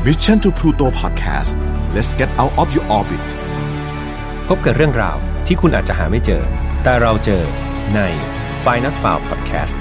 Mission to Pluto Podcast let's get out of your orbit พบกับเรื่องราวที่คุณอาจจะหาไม่เจอแต่เราเจอใน Find Not Found Podcast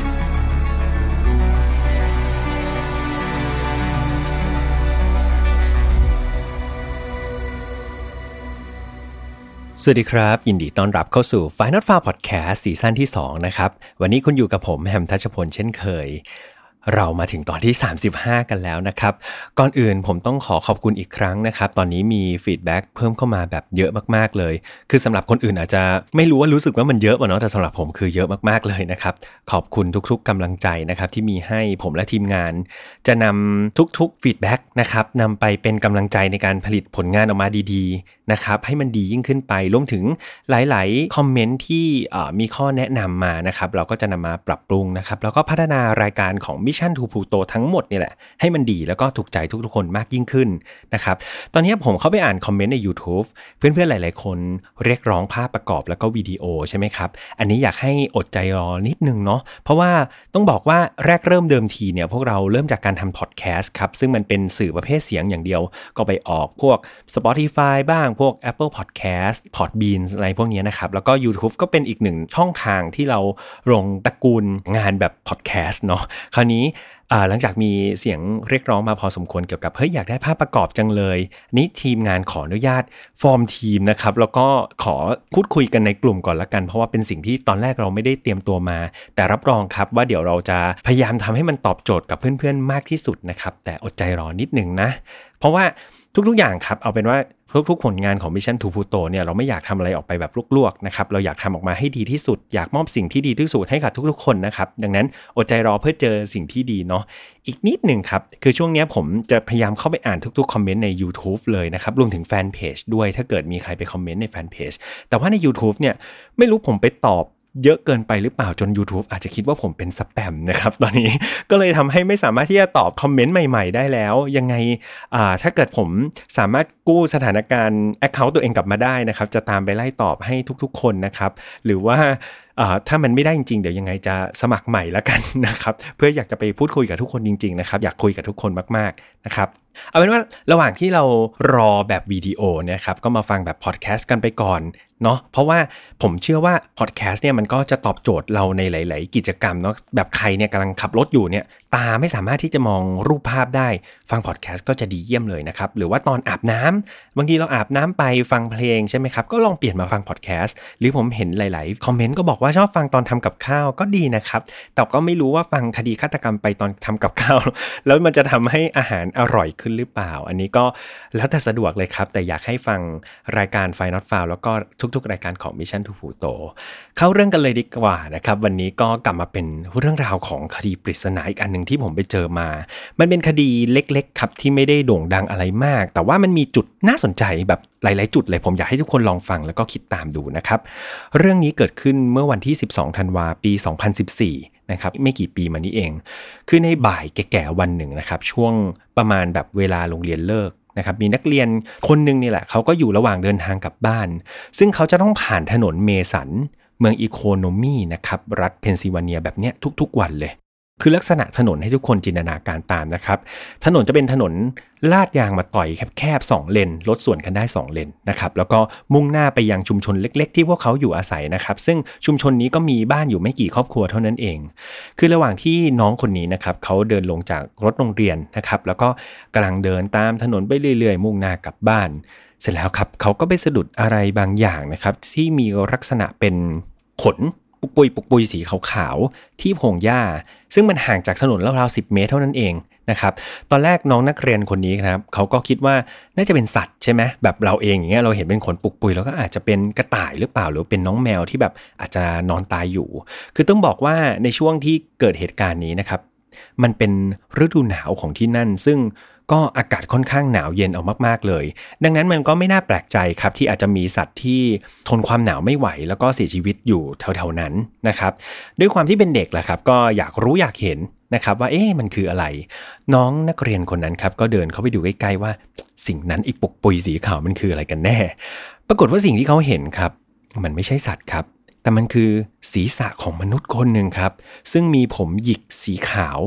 สวัสดีครับยินดีต้อนรับเข้าสู่ Find Not Found Podcast ซีซั่นที่2นะครับวันนี้คุณอยู่กับผมแฮมทัชพลเช่นเคยเรามาถึงตอนที่35กันแล้วนะครับก่อนอื่นผมต้องขอบคุณอีกครั้งนะครับตอนนี้มีฟีดแบ็กเพิ่มเข้ามาแบบเยอะมากๆเลยคือสำหรับคนอื่นอาจจะไม่รู้ว่ารู้สึกว่ามันเยอะป่ะเนาะแต่สำหรับผมคือเยอะมากๆเลยนะครับขอบคุณทุกๆกำลังใจนะครับที่มีให้ผมและทีมงานจะนำทุกๆฟีดแบ็กนะครับนำไปเป็นกำลังใจในการผลิตผลงานออกมาดีๆนะครับให้มันดียิ่งขึ้นไปรวมถึงหลายๆคอมเมนต์ที่มีข้อแนะนำมานะครับเราก็จะนำมาปรับปรุงนะครับแล้วก็พัฒนารายการของ Mission to Pluto ทั้งหมดนี่แหละให้มันดีแล้วก็ถูกใจทุกๆคนมากยิ่งขึ้นนะครับตอนนี้ผมเข้าไปอ่านคอมเมนต์ใน YouTube เพื่อนๆหลายๆคนเรียกร้องภาพประกอบแล้วก็วิดีโอใช่ไหมครับอันนี้อยากให้อดใจรอนิดนึงเนาะเพราะว่าต้องบอกว่าแรกเริ่มเดิมทีเนี่ยพวกเราเริ่มจากการทำพอดแคสต์ครับซึ่งมันเป็นสื่อประเภทเสียงอย่างเดียวก็ไปออกพวก Spotify บ้างพวก Apple Podcast Podbean อะไรพวกนี้นะครับแล้วก็ YouTube ก็เป็นอีกหนึ่งช่องทางที่เราลงตระกูลงานแบบพอดแคสต์เนาะคราวนี้หลังจากมีเสียงเรียกร้องมาพอสมควรเกี่ยวกับเฮ้ยอยากได้ภาพประกอบจังเลยนี่ทีมงานขออนุญาตฟอร์มทีมนะครับแล้วก็ขอพูดคุยกันในกลุ่มก่อนละกันเพราะว่าเป็นสิ่งที่ตอนแรกเราไม่ได้เตรียมตัวมาแต่รับรองครับว่าเดี๋ยวเราจะพยายามทำให้มันตอบโจทย์กับเพื่อนๆมากที่สุดนะครับแต่อดใจรอนิดนึงนะเพราะว่าทุกๆอย่างครับเอาเป็นว่าทุกผลงานของ Mission to Pluto เนี่ยเราไม่อยากทำอะไรออกไปแบบลวกๆนะครับเราอยากทำออกมาให้ดีที่สุดอยากมอบสิ่งที่ดีที่สุดให้กับทุกๆคนนะครับดังนั้นอดใจรอเพื่อเจอสิ่งที่ดีเนาะอีกนิดหนึ่งครับคือช่วงนี้ผมจะพยายามเข้าไปอ่านทุกๆคอมเมนต์ใน YouTube เลยนะครับรวมถึงแฟนเพจด้วยถ้าเกิดมีใครไปคอมเมนต์ในแฟนเพจแต่ว่าใน YouTube เนี่ยไม่รู้ผมไปตอบเยอะเกินไปหรือเปล่าจน YouTube อาจจะคิดว่าผมเป็นสแปมนะครับตอนนี้ก็เลยทำให้ไม่สามารถที่จะตอบคอมเมนต์ใหม่ๆได้แล้วยังไงถ้าเกิดผมสามารถกู้สถานการณ์ account ตัวเองกลับมาได้นะครับจะตามไปไล่ตอบให้ทุกๆคนนะครับหรือว่าถ้ามันไม่ได้จริงๆเดี๋ยวยังไงจะสมัครใหม่แล้วกันนะครับเพื่ออยากจะไปพูดคุยกับทุกคนจริงๆนะครับอยากคุยกับทุกคนมากๆนะครับเอาเป็นว่าระหว่างที่เรารอแบบวิดีโอเนี่ยครับก็มาฟังแบบพอดแคสต์กันไปก่อนเนาะเพราะว่าผมเชื่อว่าพอดแคสต์เนี่ยมันก็จะตอบโจทย์เราในหลายๆกิจกรรมเนาะแบบใครเนี่ยกำลังขับรถอยู่เนี่ยตาไม่สามารถที่จะมองรูปภาพได้ฟังพอดแคสต์ก็จะดีเยี่ยมเลยนะครับหรือว่าตอนอาบน้ำบางทีเราอาบน้ำไปฟังเพลงใช่ไหมครับก็ลองเปลี่ยนมาฟังพอดแคสต์หรือผมเห็นหลายๆคอมเมนต์ก็บอกว่าชอบฟังตอนทำกับข้าวก็ดีนะครับแต่ก็ไม่รู้ว่าฟังคดีฆาตกรรมไปตอนทำกับข้าวแล้วมันจะทำให้อาหารอร่อยขึ้นหรือเปล่าอันนี้ก็แล้วแต่สะดวกเลยครับแต่อยากให้ฟังรายการ Find Not Found แล้วก็ทุกๆรายการของ Mission to Pluto เข้าเรื่องกันเลยดีกว่านะครับวันนี้ก็กลับมาเป็นเรื่องราวของคดีปริศนาอีกอันนึงที่ผมไปเจอมามันเป็นคดีเล็กๆครับที่ไม่ได้โด่งดังอะไรมากแต่ว่ามันมีจุดน่าสนใจแบบหลายๆจุดเลยผมอยากให้ทุกคนลองฟังแล้วก็คิดตามดูนะครับเรื่องนี้เกิดขึ้นเมื่อวันที่12ธันวาคมปี2014นะครับไม่กี่ปีมานี้เองคือในบ่ายแก่ๆวันหนึ่งนะครับช่วงประมาณแบบเวลาโรงเรียนเลิกนะครับมีนักเรียนคนนึงนี่แหละเขาก็อยู่ระหว่างเดินทางกลับบ้านซึ่งเขาจะต้องผ่านถนนเมสันเมืองอีโคโนมีนะครับรัฐเพนซิลเวเนียแบบเนี้ยทุกๆวันเลยคือลักษณะถนนให้ทุกคนจินตนาการตามนะครับถนนจะเป็นถนนลาดยางมาต่อยแคบๆ2เลนรถสวนกันได้2เลนนะครับแล้วก็มุ่งหน้าไปยังชุมชนเล็กๆที่พวกเขาอยู่อาศัยนะครับซึ่งชุมชนนี้ก็มีบ้านอยู่ไม่กี่ครอบครัวเท่านั้นเองคือระหว่างที่น้องคนนี้นะครับเขาเดินลงจากรถโรงเรียนนะครับแล้วก็กำลังเดินตามถนนไปเรื่อยๆมุ่งหน้ากลับบ้านเสร็จแล้วครับเขาก็ไปสะดุดอะไรบางอย่างนะครับที่มีลักษณะเป็นขนปุยสีขาวๆที่พงหญ้าซึ่งมันห่างจากถนนราวๆ10 เมตรเท่านั้นเองนะครับตอนแรกน้องนักเรียนคนนี้ครับเขาก็คิดว่าน่าจะเป็นสัตว์ใช่ไหมแบบเราเองอย่างเงี้ยเราเห็นเป็นขนปุยแล้วก็อาจจะเป็นกระต่ายหรือเปล่าหรือเป็นน้องแมวที่แบบอาจจะนอนตายอยู่คือต้องบอกว่าในช่วงที่เกิดเหตุการณ์นี้นะครับมันเป็นฤดูหนาวของที่นั่นซึ่งก็อากาศค่อนข้างหนาวเย็นเอามากๆเลยดังนั้นมันก็ไม่น่าแปลกใจครับที่อาจจะมีสัตว์ที่ทนความหนาวไม่ไหวแล้วก็เสียชีวิตอยู่แถวๆนั้นนะครับด้วยความที่เป็นเด็กแหละครับก็อยากรู้อยากเห็นนะครับว่ามันคืออะไรน้องนักเรียนคนนั้นครับก็เดินเข้าไปดูใกล้ๆว่าสิ่งนั้นไอ้ปุกปุยสีขาวมันคืออะไรกันแน่ปรากฏว่าสิ่งที่เขาเห็นครับมันไม่ใช่สัตว์ครับแต่มันคือศีรษะของมนุษย์คนหนึ่งครับซึ่งมีผมหยิกสีขาว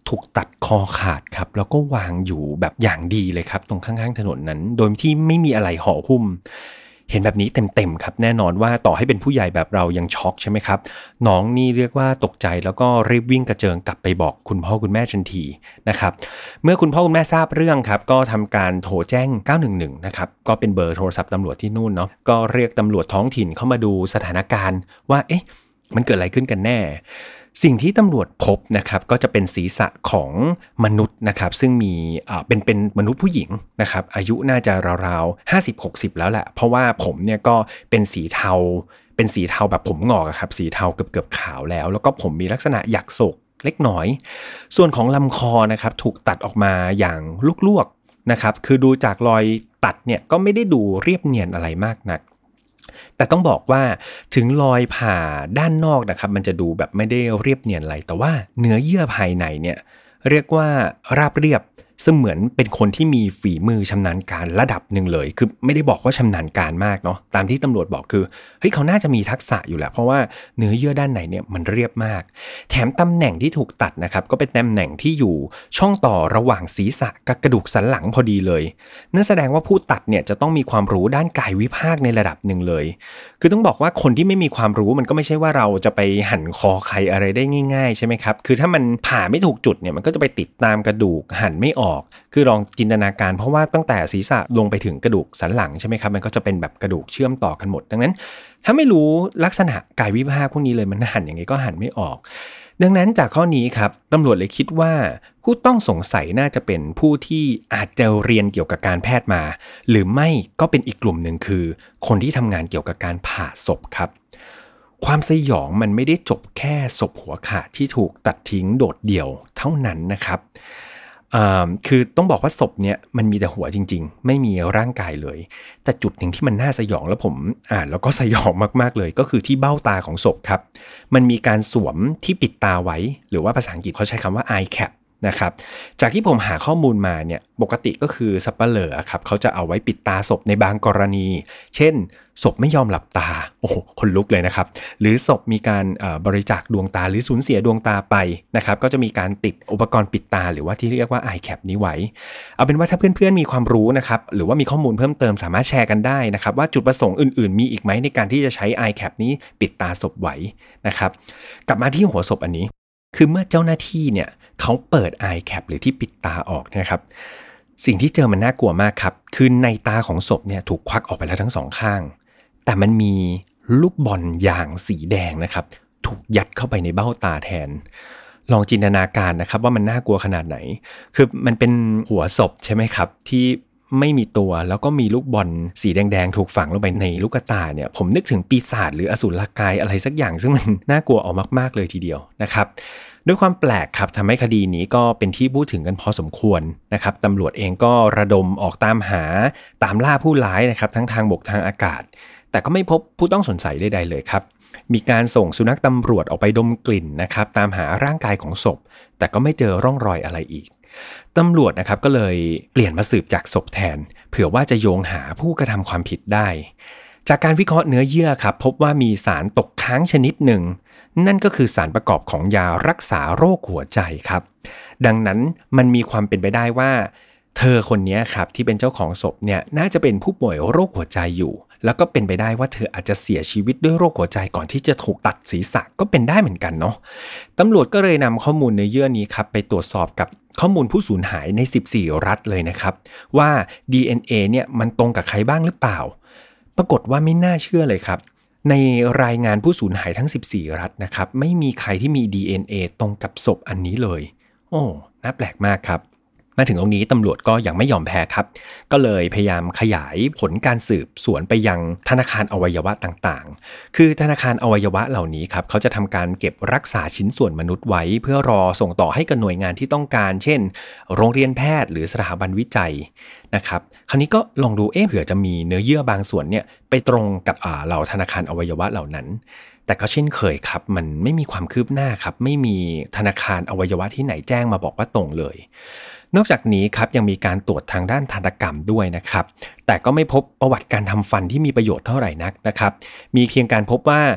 ถูกตัดคอขาดครับแล้วก็วางอยู่แบบอย่างดีเลยครับตรงข้างๆถนนนั้นโดยที่ไม่มีอะไรห่อหุ้มเห็นแบบนี้เต็มๆครับแน่นอนว่าต่อให้เป็นผู้ใหญ่แบบเรายังช็อกใช่ไหมครับน้องนี่เรียกว่าตกใจแล้วก็รีบวิ่งกระเจิงกลับไปบอกคุณพ่อคุณแม่ทันทีนะครับเมื่อคุณพ่อคุณแม่ทราบเรื่องครับก็ทำการโทรแจ้ง911นะครับก็เป็นเบอร์โทรศัพท์ตำรวจที่นู่นเนาะก็เรียกตำรวจท้องถิ่นเข้ามาดูสถานการณ์ว่าเอ๊ะมันเกิดอะไรขึ้นกันแน่สิ่งที่ตำรวจพบนะครับก็จะเป็นศีรษะของมนุษย์นะครับซึ่งมีเป็นมนุษย์ผู้หญิงนะครับอายุน่าจะราวๆ50-60แล้วแหละเพราะว่าผมเนี่ยก็เป็นสีเทาแบบผมงอกครับสีเทาเกือบขาวแล้วก็ผมมีลักษณะหยักโศกเล็กน้อยส่วนของลำคอนะครับถูกตัดออกมาอย่างลวกๆนะครับคือดูจากรอยตัดเนี่ยก็ไม่ได้ดูเรียบเนียนอะไรมากนักแต่ต้องบอกว่าถึงรอยผ่าด้านนอกนะครับมันจะดูแบบไม่ได้เรียบเนียนอะไรแต่ว่าเนื้อเยื่อภายในเนี่ยเรียกว่าราบเรียบเสมือนเป็นคนที่มีฝีมือชำนาญการระดับหนึ่งเลยคือไม่ได้บอกว่าชำนาญการมากเนาะตามที่ตำรวจบอกคือเฮ้ยเขาน่าจะมีทักษะอยู่แหละเพราะว่าเนื้อเยื่อด้านในเนี่ยมันเรียบมากแถมตำแหน่งที่ถูกตัดนะครับก็เป็นตำแหน่งที่อยู่ช่องต่อระหว่างศีรษะกับกระดูกสันหลังพอดีเลยนั่นแสดงว่าผู้ตัดเนี่ยจะต้องมีความรู้ด้านกายวิภาคในระดับหนึ่งเลยคือต้องบอกว่าคนที่ไม่มีความรู้มันก็ไม่ใช่ว่าเราจะไปหั่นคอใครอะไรได้ง่ายๆใช่ไหมครับคือถ้ามันผ่าไม่ถูกจุดเนี่ยมันก็จะไปติดตามกระดูกหั่นไม่ออกคือลองจินตนาการเพราะว่าตั้งแต่ศีรษะลงไปถึงกระดูกสันหลังใช่ไหมครับมันก็จะเป็นแบบกระดูกเชื่อมต่อกันหมดดังนั้นถ้าไม่รู้ลักษณะกายวิภาคพวกนี้เลยมันหั่นยังไงก็หั่นไม่ออกดังนั้นจากข้อนี้ครับตำรวจเลยคิดว่าผู้ต้องสงสัยน่าจะเป็นผู้ที่อาจจะเรียนเกี่ยวกับการแพทย์มาหรือไม่ก็เป็นอีกกลุ่มหนึ่งคือคนที่ทำงานเกี่ยวกับการผ่าศพครับความสยองมันไม่ได้จบแค่ศพหัวขาดที่ถูกตัดทิ้งโดดเดี่ยวเท่านั้นนะครับคือต้องบอกว่าศพเนี่ยมันมีแต่หัวจริงๆไม่มีร่างกายเลยแต่จุดหนึ่งที่มันน่าสยองแล้วผมอ่านแล้วก็สยองมากๆเลยก็คือที่เบ้าตาของศพครับมันมีการสวมที่ปิดตาไว้หรือว่าภาษาอังกฤษเขาใช้คำว่า eye cap นะครับจากที่ผมหาข้อมูลมาเนี่ยปกติก็คือสัปเหร่อครับเขาจะเอาไว้ปิดตาศพในบางกรณีเช่นศพไม่ยอมหลับตาโอ้โหคนลุกเลยนะครับหรือศพมีการบริจาคดวงตาหรือสูญเสียดวงตาไปนะครับก็จะมีการติดอุปกรณ์ปิดตาหรือว่าที่เรียกว่า eye cap นี้ไว้เอาเป็นว่าถ้าเพื่อนๆมีความรู้นะครับหรือว่ามีข้อมูลเพิ่มเติมสามารถแชร์กันได้นะครับว่าจุดประสงค์อื่นๆมีอีกไหมในการที่จะใช้ eye cap นี้ปิดตาศพไว้นะครับกลับมาที่หัวศพอันนี้คือเมื่อเจ้าหน้าที่เนี่ยเขาเปิด eye cap หรือที่ปิดตาออกนะครับสิ่งที่เจอมันน่ากลัวมากครับคือในตาของศพเนี่ยถูกควักออกไปแล้วทั้งสองข้างแต่มันมีลูกบอลยางสีแดงนะครับถูกยัดเข้าไปในเบ้าตาแทนลองจินตนาการนะครับว่ามันน่ากลัวขนาดไหนคือมันเป็นหัวศพใช่ไหมครับที่ไม่มีตัวแล้วก็มีลูกบอลสีแดงๆถูกฝังลงไปในลูกตาเนี่ยผมนึกถึงปีศาจหรืออสูรกายอะไรสักอย่างซึ่งมันน่ากลัวออกมากๆเลยทีเดียวนะครับด้วยความแปลกครับทำให้คดีนี้ก็เป็นที่พูดถึงกันพอสมควรนะครับตำรวจเองก็ระดมออกตามหาตามล่าผู้ร้ายนะครับทั้งทางบกทางอากาศแต่ก็ไม่พบผู้ต้องสงสัยใดๆเลยครับมีการส่งสุนัขตำรวจออกไปดมกลิ่นนะครับตามหาร่างกายของศพแต่ก็ไม่เจอร่องรอยอะไรอีกตำรวจนะครับก็เลยเปลี่ยนมาสืบจากศพแทนเผื่อว่าจะโยงหาผู้กระทำความผิดได้จากการวิเคราะห์เนื้อเยื่อครับพบว่ามีสารตกค้างชนิดหนึ่งนั่นก็คือสารประกอบของยารักษาโรคหัวใจครับดังนั้นมันมีความเป็นไปได้ว่าเธอคนนี้ครับที่เป็นเจ้าของศพเนี่ยน่าจะเป็นผู้ป่วยโรคหัวใจอยู่แล้วก็เป็นไปได้ว่าเธออาจจะเสียชีวิตด้วยโรคหัวใจก่อนที่จะถูกตัดศีรษะก็เป็นได้เหมือนกันเนาะตำรวจก็เลยนำข้อมูลเนื้อเยื่อนี้ครับไปตรวจสอบกับข้อมูลผู้สูญหายใน14รัฐเลยนะครับว่า DNA เนี่ยมันตรงกับใครบ้างหรือเปล่าปรากฏว่าไม่น่าเชื่อเลยครับในรายงานผู้สูญหายทั้ง14รัฐนะครับไม่มีใครที่มี DNA ตรงกับศพอันนี้เลยโอ้น่าแปลกมากครับมาถึงตรงนี้ตำรวจก็ยังไม่ยอมแพ้ครับก็เลยพยายามขยายผลการสืบสวนไปยังธนาคารอวัยวะต่างๆคือธนาคารอวัยวะเหล่านี้ครับเขาจะทำการเก็บรักษาชิ้นส่วนมนุษย์ไว้เพื่อรอส่งต่อให้กับหน่วยงานที่ต้องการเช่นโรงเรียนแพทย์หรือสถาบันวิจัยนะครับคราวนี้ก็ลองดูเผื่อจะมีเนื้อเยื่อบางส่วนเนี่ยไปตรงกับเหล่าธนาคารอวัยวะเหล่านั้นแต่ก็เช่นเคยครับมันไม่มีความคืบหน้าครับไม่มีธนาคารอวัยวะที่ไหนแจ้งมาบอกว่าตรงเลยนอกจากนี้ครับยังมีการตรวจทางด้านทันตกรรมด้วยนะครับแต่ก็ไม่พบประวัติการทำฟันที่มีประโยชน์เท่าไหร่นักนะครับมีเพียงการพบว่า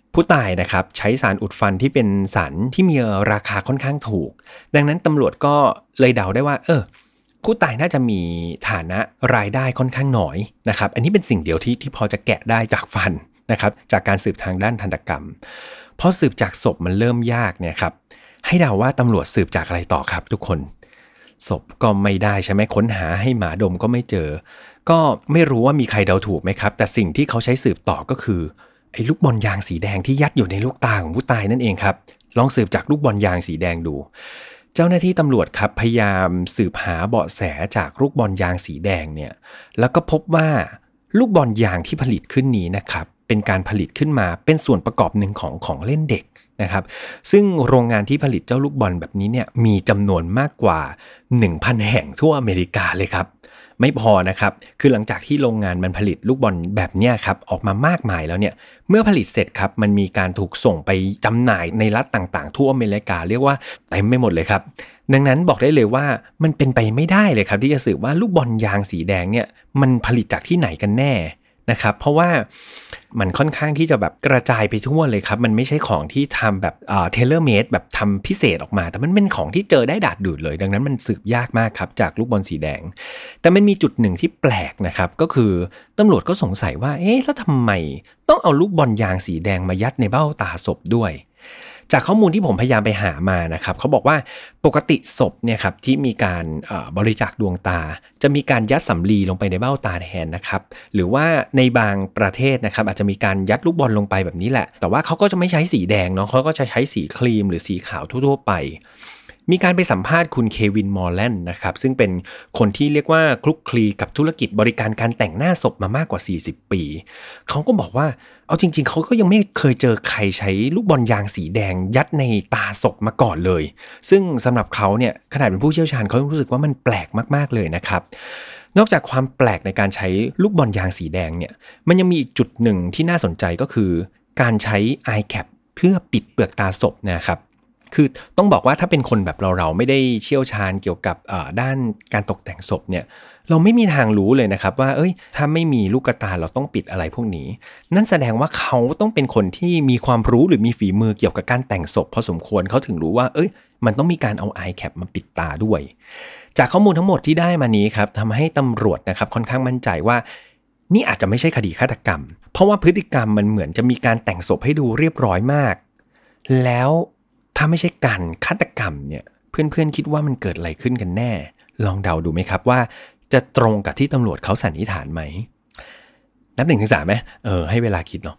ผู้ตายนะครับใช้สารอุดฟันที่เป็นสารที่มีราคาค่อนข้างถูกดังนั้นตำรวจก็เลยเดาได้ว่าผู้ตายน่าจะมีฐานะรายได้ค่อนข้างน้อยนะครับอันนี้เป็นสิ่งเดียวที่พอจะแกะได้จากฟันนะครับจากการสืบทางด้านทันตกรรมพอสืบจากศพมันเริ่มยากเนี่ยครับให้เดาว่าตำรวจสืบจากอะไรต่อครับทุกคนศพก็ไม่ได้ใช่ไหมค้นหาให้หมาดมก็ไม่เจอก็ไม่รู้ว่ามีใครเดาถูกไหมครับแต่สิ่งที่เขาใช้สืบต่อก็คือไอ้ลูกบอลยางสีแดงที่ยัดอยู่ในลูกตาของผู้ตายนั่นเองครับลองสืบจากลูกบอลยางสีแดงดูเจ้าหน้าที่ตำรวจครับพยายามสืบหาเบาะแสจากลูกบอลยางสีแดงเนี่ยแล้วก็พบว่าลูกบอลยางที่ผลิตขึ้นนี้นะครับเป็นการผลิตขึ้นมาเป็นส่วนประกอบหนึ่งของเล่นเด็กนะครับซึ่งโรงงานที่ผลิตเจ้าลูกบอลแบบนี้เนี่ยมีจำนวนมากกว่า 1,000 แห่งทั่วอเมริกาเลยครับไม่พอนะครับคือหลังจากที่โรงงานมันผลิตลูกบอลแบบนี้ครับออกมามากมายแล้วเนี่ยเมื่อผลิตเสร็จครับมันมีการถูกส่งไปจำหน่ายในรัฐต่างๆทั่วอเมริกาเรียกว่าเต็มไปหมดเลยครับดังนั้นบอกได้เลยว่ามันเป็นไปไม่ได้เลยครับที่จะสืบว่าลูกบอลยางสีแดงเนี่ยมันผลิตจากที่ไหนกันแน่นะครับเพราะว่ามันค่อนข้างที่จะแบบกระจายไปทั่วเลยครับมันไม่ใช่ของที่ทำแบบเทเลอร์เมดแบบทำพิเศษออกมาแต่มันเป็นของที่เจอได้ดาดดูดเลยดังนั้นมันสืบยากมากครับจากลูกบอลสีแดงแต่มันมีจุดหนึ่งที่แปลกนะครับก็คือตำรวจก็สงสัยว่าแล้วทำไมต้องเอาลูกบอลยางสีแดงมายัดในเบ้าตาศพด้วยจากข้อมูลที่ผมพยายามไปหามานะครับเขาบอกว่าปกติศพเนี่ยครับที่มีการบริจาคดวงตาจะมีการยัดสำลีลงไปในเบ้าตาแทนนะครับหรือว่าในบางประเทศนะครับอาจจะมีการยัดลูกบอลลงไปแบบนี้แหละแต่ว่าเขาก็จะไม่ใช้สีแดงเนาะเขาก็จะใช้สีครีมหรือสีขาวทั่วๆไปมีการไปสัมภาษณ์คุณเควินมอร์แลนด์นะครับซึ่งเป็นคนที่เรียกว่าคลุกคลีกับธุรกิจบริการการแต่งหน้าศพมามากกว่า40ปีเขาก็บอกว่าเอาจริงๆเขาก็ยังไม่เคยเจอใครใช้ลูกบอลยางสีแดงยัดในตาศพมาก่อนเลยซึ่งสำหรับเขาเนี่ยขนาดเป็นผู้เชี่ยวชาญเขารู้สึกว่ามันแปลกมากๆเลยนะครับนอกจากความแปลกในการใช้ลูกบอลยางสีแดงเนี่ยมันยังมีอีกจุดหนึ่งที่น่าสนใจก็คือการใช้ eye cap เพื่อปิดเปลือกตาศพนะครับคือต้องบอกว่าถ้าเป็นคนแบบเราไม่ได้เชี่ยวชาญเกี่ยวกับด้านการตกแต่งศพเนี่ยเราไม่มีทางรู้เลยนะครับว่าถ้าไม่มีลูกตาเราต้องปิดอะไรพวกนี้นั่นแสดงว่าเขาต้องเป็นคนที่มีความรู้หรือมีฝีมือเกี่ยวกับการแต่งศพพอสมควรเขาถึงรู้ว่ามันต้องมีการเอา eye cap มาปิดตาด้วยจากข้อมูลทั้งหมดที่ได้มานี้ครับทำให้ตำรวจนะครับค่อนข้างมั่นใจว่านี่อาจจะไม่ใช่คดีฆาตกรรมเพราะว่าพฤติกรรมมันเหมือนจะมีการแต่งศพให้ดูเรียบร้อยมากแล้วถ้าไม่ใช่การฆาตกรรมเนี่ยเพื่อนๆคิดว่ามันเกิดอะไรขึ้นกันแน่ลองเดาดูไหมครับว่าจะตรงกับที่ตำรวจเขาสันนิษฐานไหมนับ 1-3 ไหมให้เวลาคิดเนาะ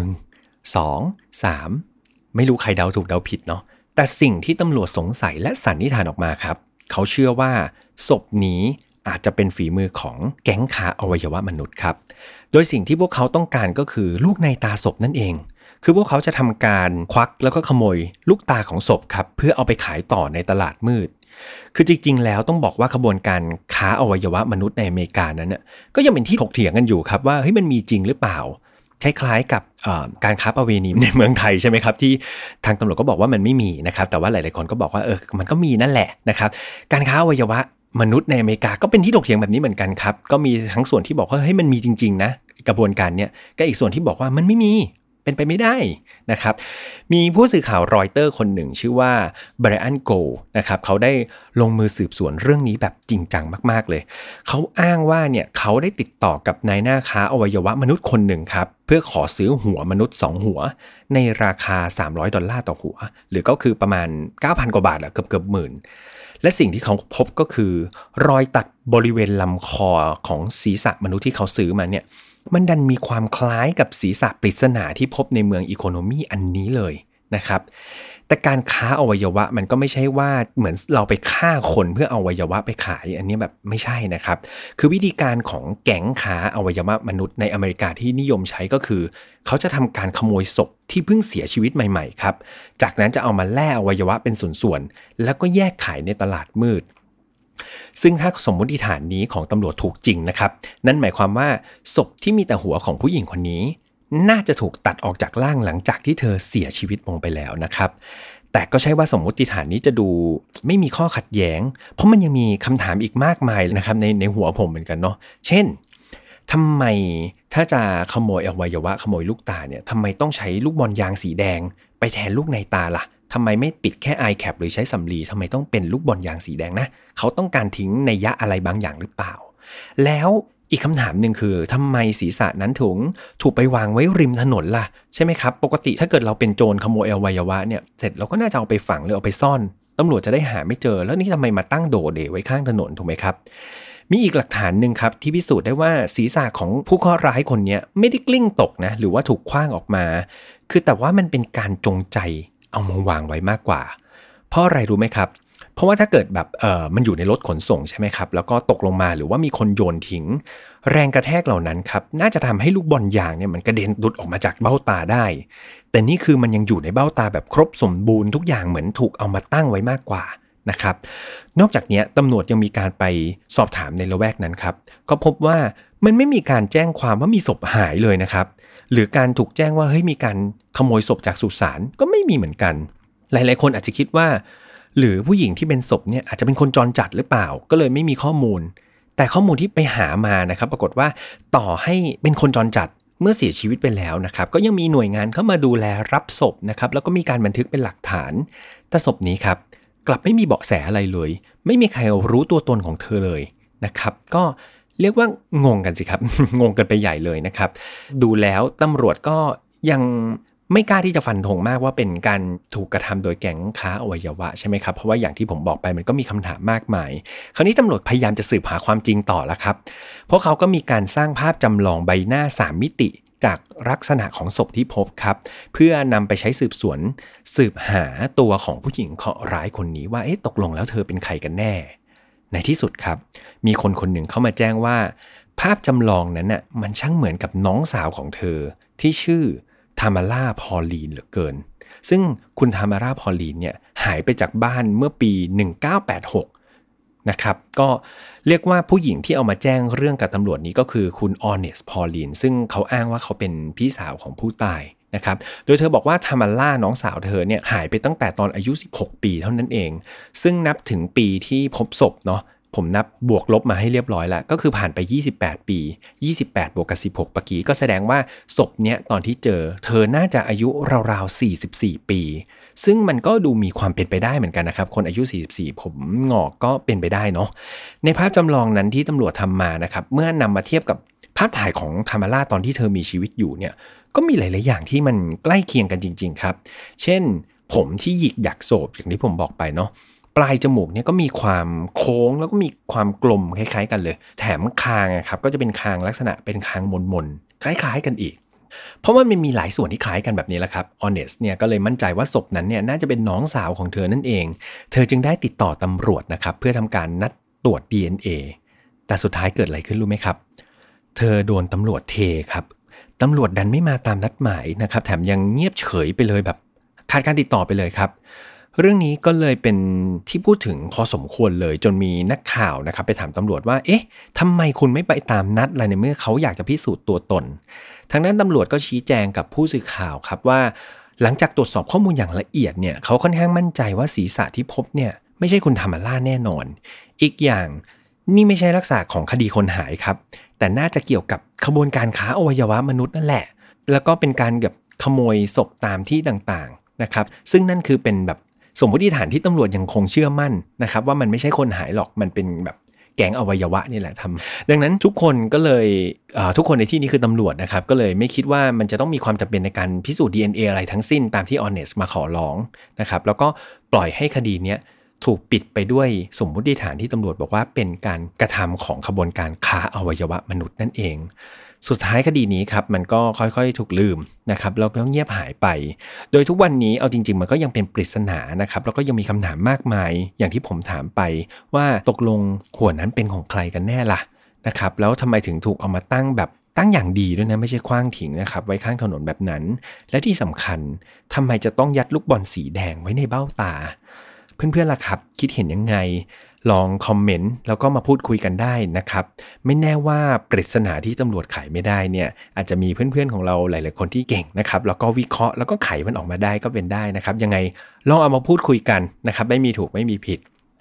1 2 3ไม่รู้ใครเดาถูกเดาผิดเนาะแต่สิ่งที่ตำรวจสงสัยและสันนิษฐานออกมาครับเขาเชื่อว่าศพนี้อาจจะเป็นฝีมือของแก๊งค้าอวัยวะมนุษย์ครับโดยสิ่งที่พวกเขาต้องการก็คือลูกในตาศพนั่นเองคือพวกเขาจะทำการควักแล้วก็ขโมยลูกตาของศพครับเพื่อเอาไปขายต่อในตลาดมืดคือจริงๆแล้วต้องบอกว่าขบวนการค้าอวัยวะมนุษย์ในอเมริกานั้นน่ะก็ยังเป็นที่ถกเถียงกันอยู่ครับว่ามันมีจริงหรือเปล่าคล้ายๆกับการค้าประเวณีในเมืองไทยใช่ไหมครับที่ทางตำรวจก็บอกว่ามันไม่มีนะครับแต่ว่าหลายๆคนก็บอกว่ามันก็มีนั่นแหละนะครับการค้าอวัยวะมนุษย์ในอเมริกาก็เป็นที่ถกเถียงแบบนี้เหมือนกันครับก็มีทั้งส่วนที่บอกว่ามันมีจริงๆนะกระบวนการเนี้ยก็อีกส่วนที่บอกว่ามันไม่มีเป็นไปไม่ได้นะครับมีผู้สื่อข่าวรอยเตอร์คนหนึ่งชื่อว่าไบรอันโกนะครับเขาได้ลงมือสืบสวนเรื่องนี้แบบจริงจังมากๆเลยเขาอ้างว่าเนี่ยเขาได้ติดต่อกับนายหน้าค้าอวัยวะมนุษย์คนหนึ่งครับเพื่อขอซื้อหัวมนุษย์2หัวในราคา$300ต่อหัวหรือก็คือประมาณ 9,000 กว่าบาทเกือบหมื่นและสิ่งที่เขาพบก็คือรอยตัดบริเวณลำคอของศีรษะมนุษย์ที่เขาซื้อมาเนี่ยมันดันมีความคล้ายกับศีรษะปริศนาที่พบในเมืองอีโคโนมีอันนี้เลยนะครับแต่การค้าอวัยวะมันก็ไม่ใช่ว่าเหมือนเราไปฆ่าคนเพื่อเอาอวัยวะไปขายอันนี้แบบไม่ใช่นะครับคือวิธีการของแก๊งค้าอวัยวะมนุษย์ในอเมริกาที่นิยมใช้ก็คือเขาจะทำการขโมยศพที่เพิ่งเสียชีวิตใหม่ๆครับจากนั้นจะเอามาแล่อวัยวะเป็นส่วนๆแล้วก็แยกขายในตลาดมืดซึ่งถ้าสมมติฐานนี้ของตำรวจถูกจริงนะครับนั่นหมายความว่าศพที่มีแต่หัวของผู้หญิงคนนี้น่าจะถูกตัดออกจากร่างหลังจากที่เธอเสียชีวิตลงไปแล้วนะครับแต่ก็ใช่ว่าสมมติฐานนี้จะดูไม่มีข้อขัดแย้งเพราะมันยังมีคำถามอีกมากมายนะครับในหัวผมเหมือนกันเนาะเช่นทำไมถ้าจะขโมยอวัยวะขโมยลูกตาเนี่ยทำไมต้องใช้ลูกบอลยางสีแดงไปแทนลูกในตาล่ะทำไมไม่ปิดแค่ eye cap หรือใช้สำลีทำไมต้องเป็นลูกบอลยางสีแดงนะเขาต้องการทิ้งนัยยะอะไรบางอย่างหรือเปล่าแล้วอีกคำถามหนึ่งคือทำไมศีรษะนั้นถูกไปวางไว้ริมถนนล่ะใช่ไหมครับปกติถ้าเกิดเราเป็นโจรขโมยอวัยวะเนี่ยเสร็จเราก็น่าจะเอาไปฝังหรือเอาไปซ่อนตำรวจจะได้หาไม่เจอแล้วนี่ทำไมมาตั้งโดเดไว้ข้างถนนถูกไหมครับมีอีกหลักฐานหนึ่งครับที่พิสูจน์ได้ว่าศีรษะของผู้เคราะห์ร้ายคนนี้ไม่ได้กลิ้งตกนะหรือว่าถูกขว้างออกมาคือแต่ว่ามันเป็นการจงใจเอามาวางไว้มากกว่าเพราะอะไรรู้ไหมครับเพราะว่าถ้าเกิดแบบมันอยู่ในรถขนส่งใช่ไหมครับแล้วก็ตกลงมาหรือว่ามีคนโยนทิ้งแรงกระแทกเหล่านั้นครับน่าจะทำให้ลูกบอลยางเนี่ยมันกระเด็นหลุดออกมาจากเบ้าตาได้แต่นี่คือมันยังอยู่ในเบ้าตาแบบครบสมบูรณ์ทุกอย่างเหมือนถูกเอามาตั้งไว้มากกว่านะครับนอกจากนี้ตำรวจยังมีการไปสอบถามในละแวกนั้นครับก็พบว่ามันไม่มีการแจ้งความว่ามีศพหายเลยนะครับหรือการถูกแจ้งว่าเฮ้ยมีการขโมยศพจากสุสานก็ไม่มีเหมือนกันหลายๆคนอาจจะคิดว่าหรือผู้หญิงที่เป็นศพเนี่ยอาจจะเป็นคนจรจัดหรือเปล่าก็เลยไม่มีข้อมูลแต่ข้อมูลที่ไปหามานะครับปรากฏว่าต่อให้เป็นคนจรจัดเมื่อเสียชีวิตไปแล้วนะครับก็ยังมีหน่วยงานเข้ามาดูแลรับศพนะครับแล้วก็มีการบันทึกเป็นหลักฐานแต่ศพนี้ครับกลับไม่มีเบาะแสอะไรเลยไม่มีใครรู้ตัวตนของเธอเลยนะครับก็เรียกว่างงกันสิครับ งงกันไปใหญ่เลยนะครับดูแล้วตำรวจก็ยังไม่กล้าที่จะฟันธงมากว่าเป็นการถูกกระทำโดยแก๊งค้าอวัยวะใช่ไหมครับเพราะว่าอย่างที่ผมบอกไปมันก็มีคำถามมากมายคราวนี้ตำรวจพยายามจะสืบหาความจริงต่อแล้วครับเพราะเขาก็มีการสร้างภาพจำลองใบหน้า3มิติจากลักษณะของศพที่พบครับเพื่อนำไปใช้สืบสวนสืบหาตัวของผู้หญิงเคราะห์ร้ายคนนี้ว่าตกลงแล้วเธอเป็นใครกันแน่ในที่สุดครับมีคนคนหนึ่งเข้ามาแจ้งว่าภาพจำลองนั้นน่ะมันช่างเหมือนกับน้องสาวของเธอที่ชื่อทามาร่าพอลลีนเหลือเกินซึ่งคุณทามาร่าพอลลีนเนี่ยหายไปจากบ้านเมื่อปี1986นะครับก็เรียกว่าผู้หญิงที่เอามาแจ้งเรื่องกับตำรวจนี้ก็คือคุณออเนสพอลลีนซึ่งเขาอ้างว่าเขาเป็นพี่สาวของผู้ตายนะครับโดยเธอบอกว่าทามาร่าน้องสาวเธอเนี่ยหายไปตั้งแต่ตอนอายุ16ปีเท่านั้นเองซึ่งนับถึงปีที่พบศพเนาะผมนับบวกลบมาให้เรียบร้อยแล้วก็คือผ่านไป28ปี28บวกกับ16ปกี้ก็แสดงว่าศพเนี้ยตอนที่เจอเธอน่าจะอายุราวๆ44ปีซึ่งมันก็ดูมีความเป็นไปได้เหมือนกันนะครับคนอายุ44ผมงอกก็เป็นไปได้เนาะในภาพจำลองนั้นที่ตำรวจทำมานะครับเมื่อนำมาเทียบกับภาพถ่ายของทามาร่าตอนที่เธอมีชีวิตอยู่เนี่ยก็มีหลายๆอย่างที่มันใกล้เคียงกันจริงๆครับเช่นผมที่หยิกหยักโศกอย่างที่ผมบอกไปเนาะปลายจมูกเนี่ยก็มีความโค้งแล้วก็มีความกลมคล้ายๆกันเลยแถมคางครับก็จะเป็นคางลักษณะเป็นคางมนๆคล้ายๆกันอีกเพราะว่ามันมีหลายส่วนที่คล้ายกันแบบนี้แหละครับออเนสเนี่ยก็เลยมั่นใจว่าศพนั้นเนี่ยน่าจะเป็นน้องสาวของเธอนั่นเองเธอจึงได้ติดต่อตำรวจนะครับเพื่อทำการนัดตรวจ DNA แต่สุดท้ายเกิดอะไรขึ้นรู้ไหมครับเธอโดนตำรวจเทครับตำรวจดันไม่มาตามนัดหมายนะครับแถมยังเงียบเฉยไปเลยแบบขาดการติดต่อไปเลยครับเรื่องนี้ก็เลยเป็นที่พูดถึงพอสมควรเลยจนมีนักข่าวนะครับไปถามตำรวจว่าทำไมคุณไม่ไปตามนัดอะไรในเมื่อเขาอยากจะพิสูจน์ตัวตนทางด้านตำรวจก็ชี้แจงกับผู้สื่อข่าวครับว่าหลังจากตรวจสอบข้อมูลอย่างละเอียดเนี่ยเขาค่อนข้างมั่นใจว่าศีรษะที่พบเนี่ยไม่ใช่คุณทามาร่าแน่นอนอีกอย่างนี่ไม่ใช่ลักษณะของคดีคนหายครับแต่น่าจะเกี่ยวกับขบวนการค้าอวัยวะมนุษย์นั่นแหละแล้วก็เป็นการแบบขโมยศพตามที่ต่างๆนะครับซึ่งนั่นคือเป็นแบบสมมติฐานที่ตำรวจยังคงเชื่อมั่นนะครับว่ามันไม่ใช่คนหายหรอกมันเป็นแบบแก๊งอวัยวะนี่แหละทำดังนั้นทุกคนก็เลยทุกคนในที่นี้คือตำรวจนะครับก็เลยไม่คิดว่ามันจะต้องมีความจำเป็นในการพิสูจน์ DNA อะไรทั้งสิ้นตามที่ออเนสมาขอร้องนะครับแล้วก็ปล่อยให้คดีนี้ถูกปิดไปด้วยสมมติฐานที่ตำรวจบอกว่าเป็นการกระทำของขบวนการค้าอวัยวะมนุษย์นั่นเองสุดท้ายคดีนี้ครับมันก็ค่อยๆถูกลืมนะครับแล้วก็เงียบหายไปโดยทุกวันนี้เอาจริงๆมันก็ยังเป็นปริศนานะครับแล้วก็ยังมีคำถามมากมายอย่างที่ผมถามไปว่าตกลงขวดนั้นเป็นของใครกันแน่ล่ะนะครับแล้วทำไมถึงถูกเอามาตั้งอย่างดีด้วยนะไม่ใช่ขว้างทิ้งนะครับไว้ข้างถนนแบบนั้นและที่สำคัญทำไมจะต้องยัดลูกบอลสีแดงไว้ในเบ้าตาเพื่อนๆล่ะครับคิดเห็นยังไงลองคอมเมนต์แล้วก็มาพูดคุยกันได้นะครับไม่แน่ว่าปริศนาที่ตำรวจไขไม่ได้เนี่ยอาจจะมีเพื่อนๆของเราหลายๆคนที่เก่งนะครับแล้วก็วิเคราะห์แล้วก็ไขมันออกมาได้ก็เป็นได้นะครับยังไงลองเอามาพูดคุยกันนะครับไม่มีถูกไม่มีผิด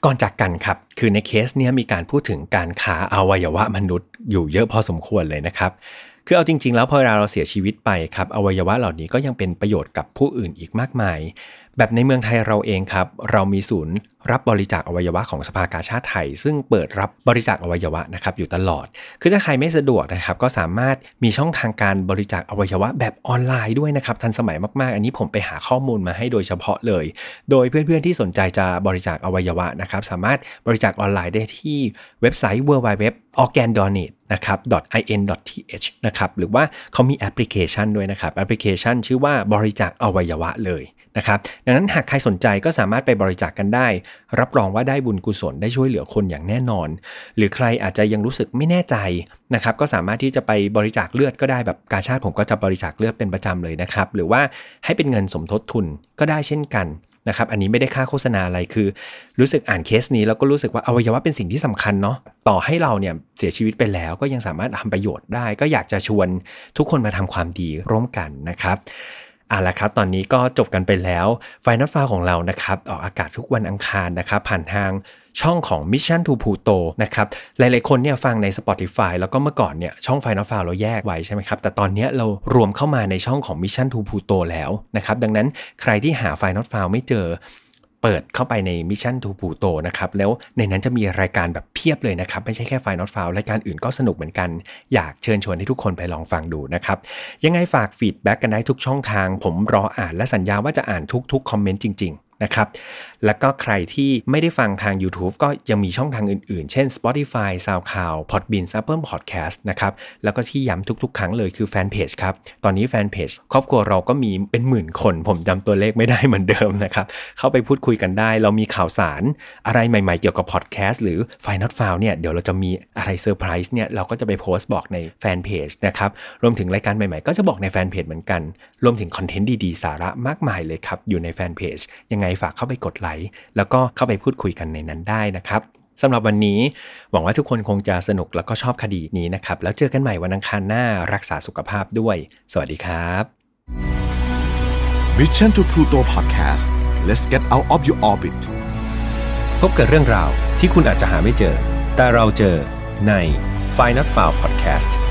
ก่อนจากกันครับคือในเคสเนี้ยมีการพูดถึงการค้าอวัยวะมนุษย์อยู่เยอะพอสมควรเลยนะครับคือเอาจริงๆแล้วพอเราเสียชีวิตไปครับอวัยวะเหล่านี้ก็ยังเป็นประโยชน์กับผู้อื่นอีกมากมายแบบในเมืองไทยเราเองครับเรามีศูนย์รับบริจาคอวัยวะของสภากาชาดไทยซึ่งเปิดรับบริจาคอวัยวะนะครับอยู่ตลอดคือถ้าใครไม่สะดวกนะครับก็สามารถมีช่องทางการบริจาคอวัยวะแบบออนไลน์ด้วยนะครับทันสมัยมากๆอันนี้ผมไปหาข้อมูลมาให้โดยเฉพาะเลยโดยเพื่อนๆที่สนใจจะบริจาคอวัยวะนะครับสามารถบริจาคออนไลน์ได้ที่เว็บไซต์ www.organdonateนะครับ .in.th นะครับหรือว่าเขามีแอปพลิเคชันด้วยนะครับแอปพลิเคชันชื่อว่าบริจาคอวัยวะเลยนะครับดังนั้นหากใครสนใจก็สามารถไปบริจาคกันได้รับรองว่าได้บุญกุศลได้ช่วยเหลือคนอย่างแน่นอนหรือใครอาจจะยังรู้สึกไม่แน่ใจนะครับก็สามารถที่จะไปบริจาคเลือดก็ได้แบบกาชาดผมก็จะบริจาคเลือดเป็นประจำเลยนะครับหรือว่าให้เป็นเงินสมทบทุนก็ได้เช่นกันนะครับอันนี้ไม่ได้ค่าโฆษณาอะไรคือรู้สึกอ่านเคสนี้แล้วก็รู้สึกว่าอวัยวะเป็นสิ่งที่สำคัญเนาะต่อให้เราเนี่ยเสียชีวิตไปแล้วก็ยังสามารถทำประโยชน์ได้ก็อยากจะชวนทุกคนมาทำความดีร่วมกันนะครับละครับตอนนี้ก็จบกันไปแล้ว Final File ของเรานะครับออกอากาศทุกวันอังคารนะครับผ่านทางช่องของ Mission to Pluto นะครับหลายๆคนเนี่ยฟังใน Spotify แล้วก็เมื่อก่อนเนี่ยช่อง Final File เราแยกไว้ใช่ไหมครับแต่ตอนนี้เรารวมเข้ามาในช่องของ Mission to Pluto แล้วนะครับดังนั้นใครที่หา Final File ไม่เจอเปิดเข้าไปใน Mission to Pluto นะครับแล้วในนั้นจะมีรายการแบบเพียบเลยนะครับไม่ใช่แค่ Final File รายการอื่นก็สนุกเหมือนกันอยากเชิญชวนให้ทุกคนไปลองฟังดูนะครับยังไงฝากฟีดแบ็กกันได้ทุกช่องทางผมรออ่านและสัญญาว่าจะอ่านทุกคอมเมนต์จริงๆนะครับแล้วก็ใครที่ไม่ได้ฟังทาง YouTube ก็ยังมีช่องทางอื่นๆเช่น Spotify SoundCloud Podbean Apple Podcast นะครับแล้วก็ที่ย้ำทุกๆครั้งเลยคือแฟนเพจครับตอนนี้แฟนเพจครอบครัวเราก็มีเป็นหมื่นคนผมจำตัวเลขไม่ได้เหมือนเดิมนะครับเข้าไปพูดคุยกันได้เรามีข่าวสารอะไรใหม่ๆเกี่ยวกับพอดแคสต์หรือ Final File เนี่ยเดี๋ยวเราจะมีอะไรเซอร์ไพรส์เนี่ยเราก็จะไปโพสต์บอกในแฟนเพจนะครับรวมถึงรายการใหม่ๆก็จะบอกในแฟนเพจเหมือนกันรวมถึงคอนเทนต์ดีๆสาระมากมายเลยครับอยู่ในแฟนเพจยังไงฝากเข้าไปกดไลค์แล้วก็เข้าไปพูดคุยกันในนั้นได้นะครับสำหรับวันนี้หวังว่าทุกคนคงจะสนุกแล้วก็ชอบคดีนี้นะครับแล้วเจอกันใหม่วันอังคารหน้ารักษาสุขภาพด้วยสวัสดีครับ Mission to Pluto Podcast Let's get out of your orbit พบกับเรื่องราวที่คุณอาจจะหาไม่เจอแต่เราเจอใน Final File Podcast